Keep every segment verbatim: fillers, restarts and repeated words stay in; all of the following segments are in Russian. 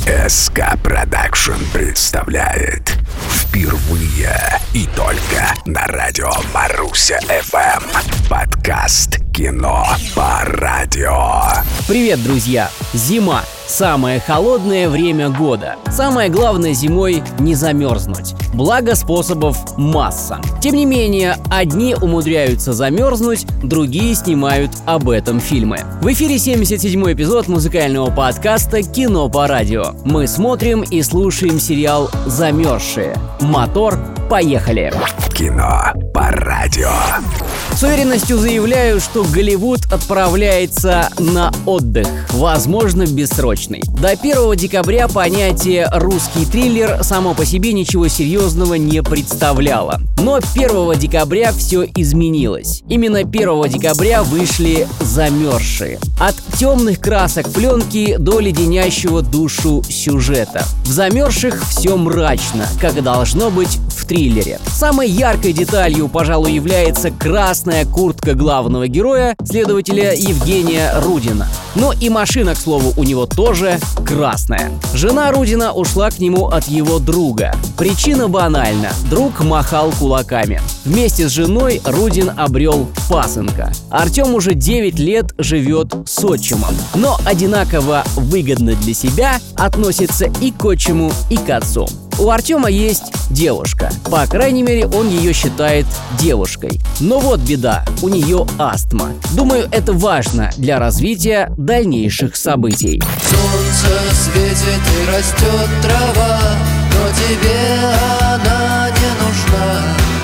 эс ка Продакшн представляет впервые и только на радио Маруся эф эм подкаст «Кино по радио». Привет, друзья! Зима. Самое холодное время года. Самое главное зимой не замерзнуть. Благо способов масса. Тем не менее, одни умудряются замерзнуть, другие снимают об этом фильмы. В эфире семьдесят седьмой эпизод музыкального подкаста «Кино по радио». Мы смотрим и слушаем сериал «Замерзшие». Мотор, поехали! Кино по радио. С уверенностью заявляю, что Голливуд отправляется на отдых, возможно, бессрочный. До первого декабря понятие «русский триллер» само по себе ничего серьезного не представляло. Но первого декабря все изменилось. Именно первого декабря вышли «Замерзшие». От темных красок пленки до леденящего душу сюжета. В «Замерзших» все мрачно, как и должно быть в триллере. Самой яркой деталью, пожалуй, является красная куртка главного героя, следователя Евгения Рудина. Но и машина, к слову, у него тоже красная. Жена Рудина ушла к нему от его друга. Причина банальна. Друг махал кулаками. Вместе с женой Рудин обрел пасынка. Артем уже девять лет живет с отчимом. Но одинаково выгодно для себя относится и к отчиму, и к отцу. У Артема есть девушка. По крайней мере, он ее считает девушкой. Но вот беда, у нее астма. Думаю, это важно для развития дальнейших событий. Солнце светит и растет трава, но тебе она не нужна.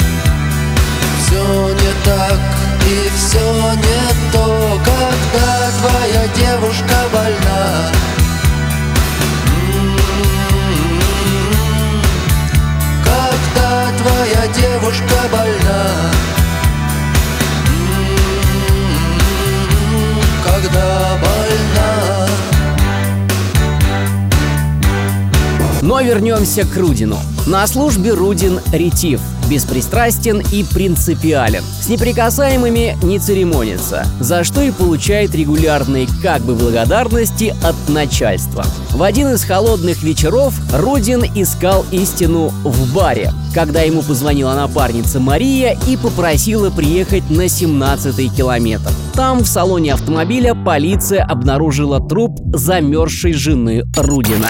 Все не так и все не то, когда твоя девушка больна. Твоя девушка больна, когда больна. Но вернемся к Рудину. На службе Рудин ретив, беспристрастен и принципиален. С неприкасаемыми не церемонится, за что и получает регулярные как бы благодарности от начальства. В один из холодных вечеров Рудин искал истину в баре, когда ему позвонила напарница Мария и попросила приехать на семнадцатый километр. Там, в салоне автомобиля, полиция обнаружила труп замерзшей жены Рудина.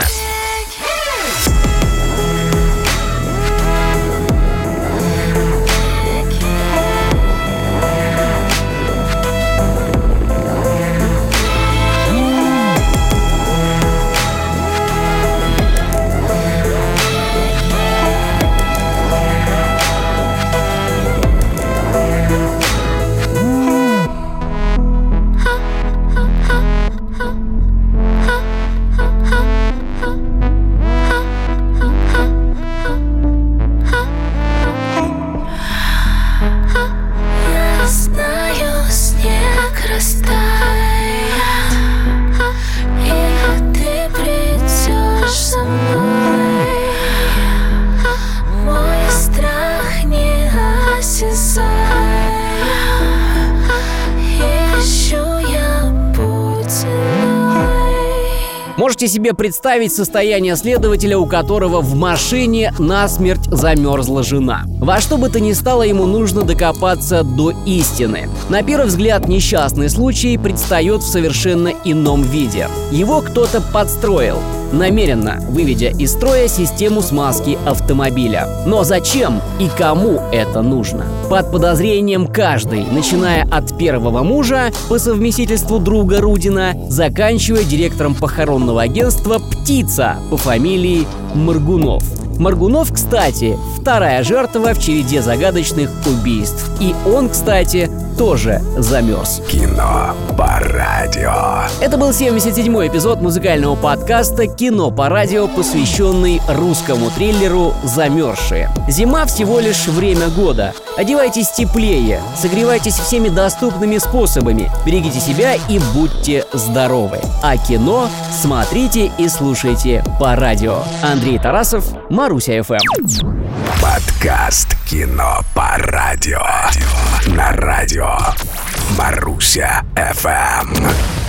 Можете себе представить состояние следователя, у которого в машине насмерть замерзла жена. Во что бы то ни стало, ему нужно докопаться до истины. На первый взгляд, несчастный случай предстает в совершенно ином виде. Его кто-то подстроил, намеренно выведя из строя систему смазки автомобиля. Но зачем и кому это нужно? Под подозрением каждый, начиная от первого мужа, по совместительству друга Рудина, заканчивая директором похоронного агентства «Птица» по фамилии Моргунов. Моргунов, кстати, вторая жертва в череде загадочных убийств. И он, кстати, тоже замерз. Кино по радио. Это был семьдесят седьмой эпизод музыкального подкаста «Кино по радио», посвященный русскому триллеру «Замерзшие». Зима всего лишь время года. Одевайтесь теплее, согревайтесь всеми доступными способами, берегите себя и будьте здоровы. А кино смотрите и слушайте по радио. Андрей Тарасов, Маруся эф эм. Подкаст «Кино по радио» на радио Маруся эф эм.